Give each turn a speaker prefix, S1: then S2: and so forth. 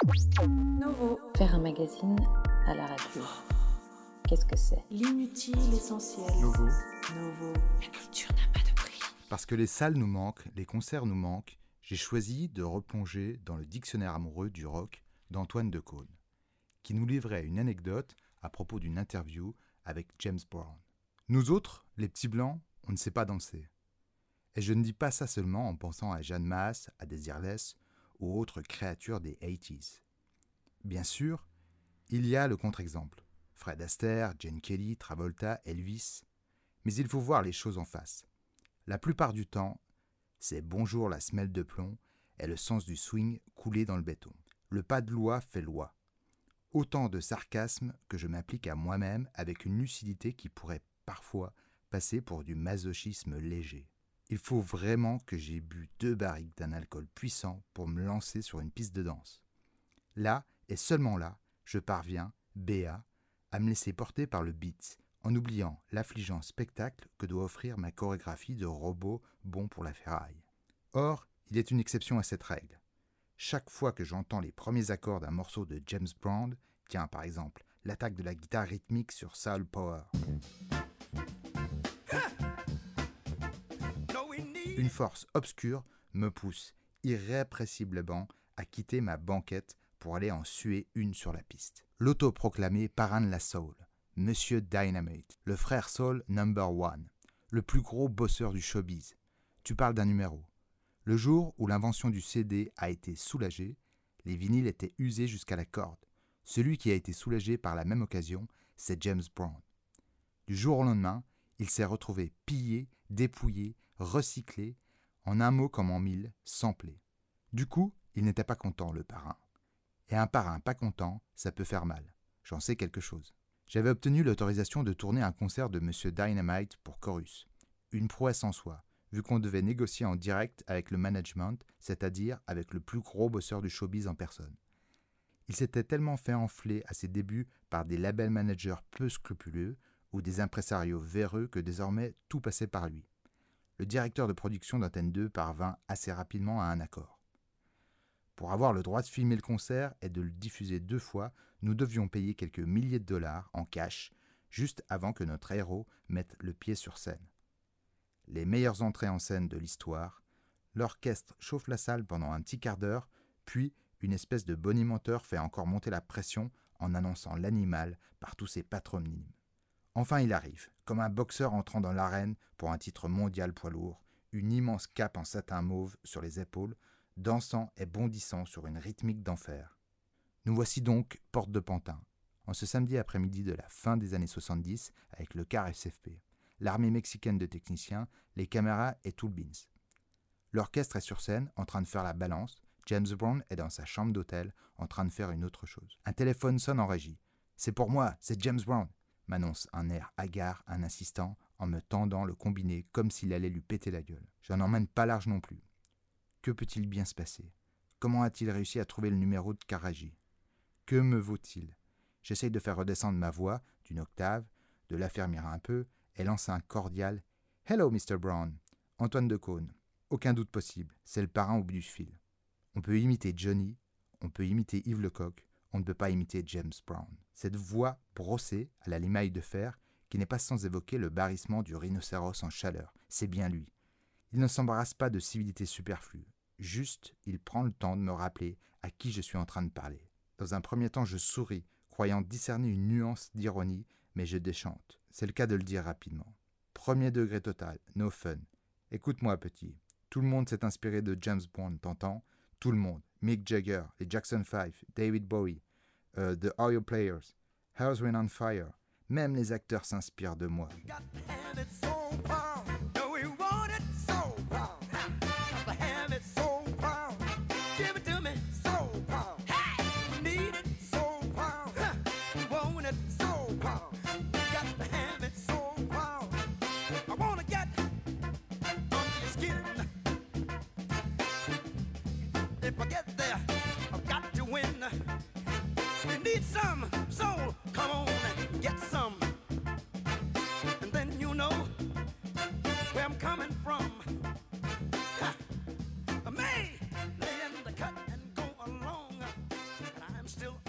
S1: Novo.
S2: Faire un magazine à la radio. Qu'est-ce que c'est ?
S1: L'inutile essentiel.
S3: Novo.
S1: Novo.
S2: La culture n'a pas de prix.
S3: Parce que les salles nous manquent, les concerts nous manquent, j'ai choisi de replonger dans le dictionnaire amoureux du rock d'Antoine Decaune, qui nous livrait une anecdote à propos d'une interview avec James Brown. Nous autres, les petits blancs, on ne sait pas danser. Et je ne dis pas ça seulement en pensant à Jeanne Masse, à Desireless ou autres créatures des 80s. Bien sûr, il y a le contre-exemple. Fred Astaire, Gene Kelly, Travolta, Elvis. Mais il faut voir les choses en face. La plupart du temps, c'est bonjour la semelle de plomb et le sens du swing coulé dans le béton. Le pas de loi fait loi. Autant de sarcasme que je m'applique à moi-même avec une lucidité qui pourrait parfois passer pour du masochisme léger. Il faut vraiment que j'ai bu 2 barriques d'un alcool puissant pour me lancer sur une piste de danse. Là, et seulement là, je parviens, béat, à me laisser porter par le beat, en oubliant l'affligeant spectacle que doit offrir ma chorégraphie de robot bon pour la ferraille. Or, il est une exception à cette règle. Chaque fois que j'entends les premiers accords d'un morceau de James Brown, tiens par exemple l'attaque de la guitare rythmique sur Soul Power, une force obscure me pousse irrépressiblement à quitter ma banquette pour aller en suer une sur la piste. L'autoproclamé parrain de la soul, Monsieur Dynamite, le frère soul number 1, le plus gros bosseur du showbiz. Tu parles d'un numéro. Le jour où l'invention du CD a été soulagée, les vinyles étaient usés jusqu'à la corde. Celui qui a été soulagé par la même occasion, c'est James Brown. Du jour au lendemain, il s'est retrouvé pillé, dépouillé, recyclé, en un mot comme en 1000, samplé. Du coup, il n'était pas content, le parrain. Et un parrain pas content, ça peut faire mal. J'en sais quelque chose. J'avais obtenu l'autorisation de tourner un concert de Monsieur Dynamite pour Chorus. Une prouesse en soi, vu qu'on devait négocier en direct avec le management, c'est-à-dire avec le plus gros bosseur du showbiz en personne. Il s'était tellement fait enfler à ses débuts par des label managers peu scrupuleux ou des impresarios véreux que désormais tout passait par lui. Le directeur de production d'Antenne 2 parvint assez rapidement à un accord. Pour avoir le droit de filmer le concert et de le diffuser 2 fois, nous devions payer quelques milliers de dollars en cash, juste avant que notre héros mette le pied sur scène. Les meilleures entrées en scène de l'histoire, l'orchestre chauffe la salle pendant un petit quart d'heure, puis une espèce de bonimenteur fait encore monter la pression en annonçant l'animal par tous ses patronymes. Enfin il arrive, comme un boxeur entrant dans l'arène pour un titre mondial poids lourd, une immense cape en satin mauve sur les épaules, dansant et bondissant sur une rythmique d'enfer. Nous voici donc porte de Pantin, en ce samedi après-midi de la fin des années 70 avec le car SFP, l'armée mexicaine de techniciens, les caméras et tout le beans. L'orchestre est sur scène en train de faire la balance, James Brown est dans sa chambre d'hôtel en train de faire une autre chose. Un téléphone sonne en régie. « C'est pour moi, c'est James Brown !» m'annonce un air hagard un assistant en me tendant le combiné comme s'il allait lui péter la gueule. J'en emmène pas large non plus. Que peut-il bien se passer ? Comment a-t-il réussi à trouver le numéro de Karaji ? Que me vaut-il ? J'essaye de faire redescendre ma voix d'une octave, de l'affermir un peu, et lance un cordial « Hello, Mr. Brown !» Antoine Decaune. Aucun doute possible, c'est le parrain au bout du fil. On peut imiter Johnny, on peut imiter Yves Lecoq, on ne peut pas imiter James Brown. Cette voix brossée à la limaille de fer qui n'est pas sans évoquer le barrissement du rhinocéros en chaleur, c'est bien lui. Il ne s'embarrasse pas de civilité superflue. Juste, il prend le temps de me rappeler à qui je suis en train de parler. Dans un premier temps, je souris, croyant discerner une nuance d'ironie, mais je déchante. C'est le cas de le dire rapidement. Premier degré total, no fun. Écoute-moi, petit. Tout le monde s'est inspiré de James Brown, t'entends ? Tout le monde. Mick Jagger, les Jackson 5, David Bowie, The Oil Players, Earth, Wind and Fire. Même les acteurs s'inspirent de moi.
S4: If I get there, I've got to win. You need some soul, come on and get some. And then you know where I'm coming from. I may lay in the cut and go along. still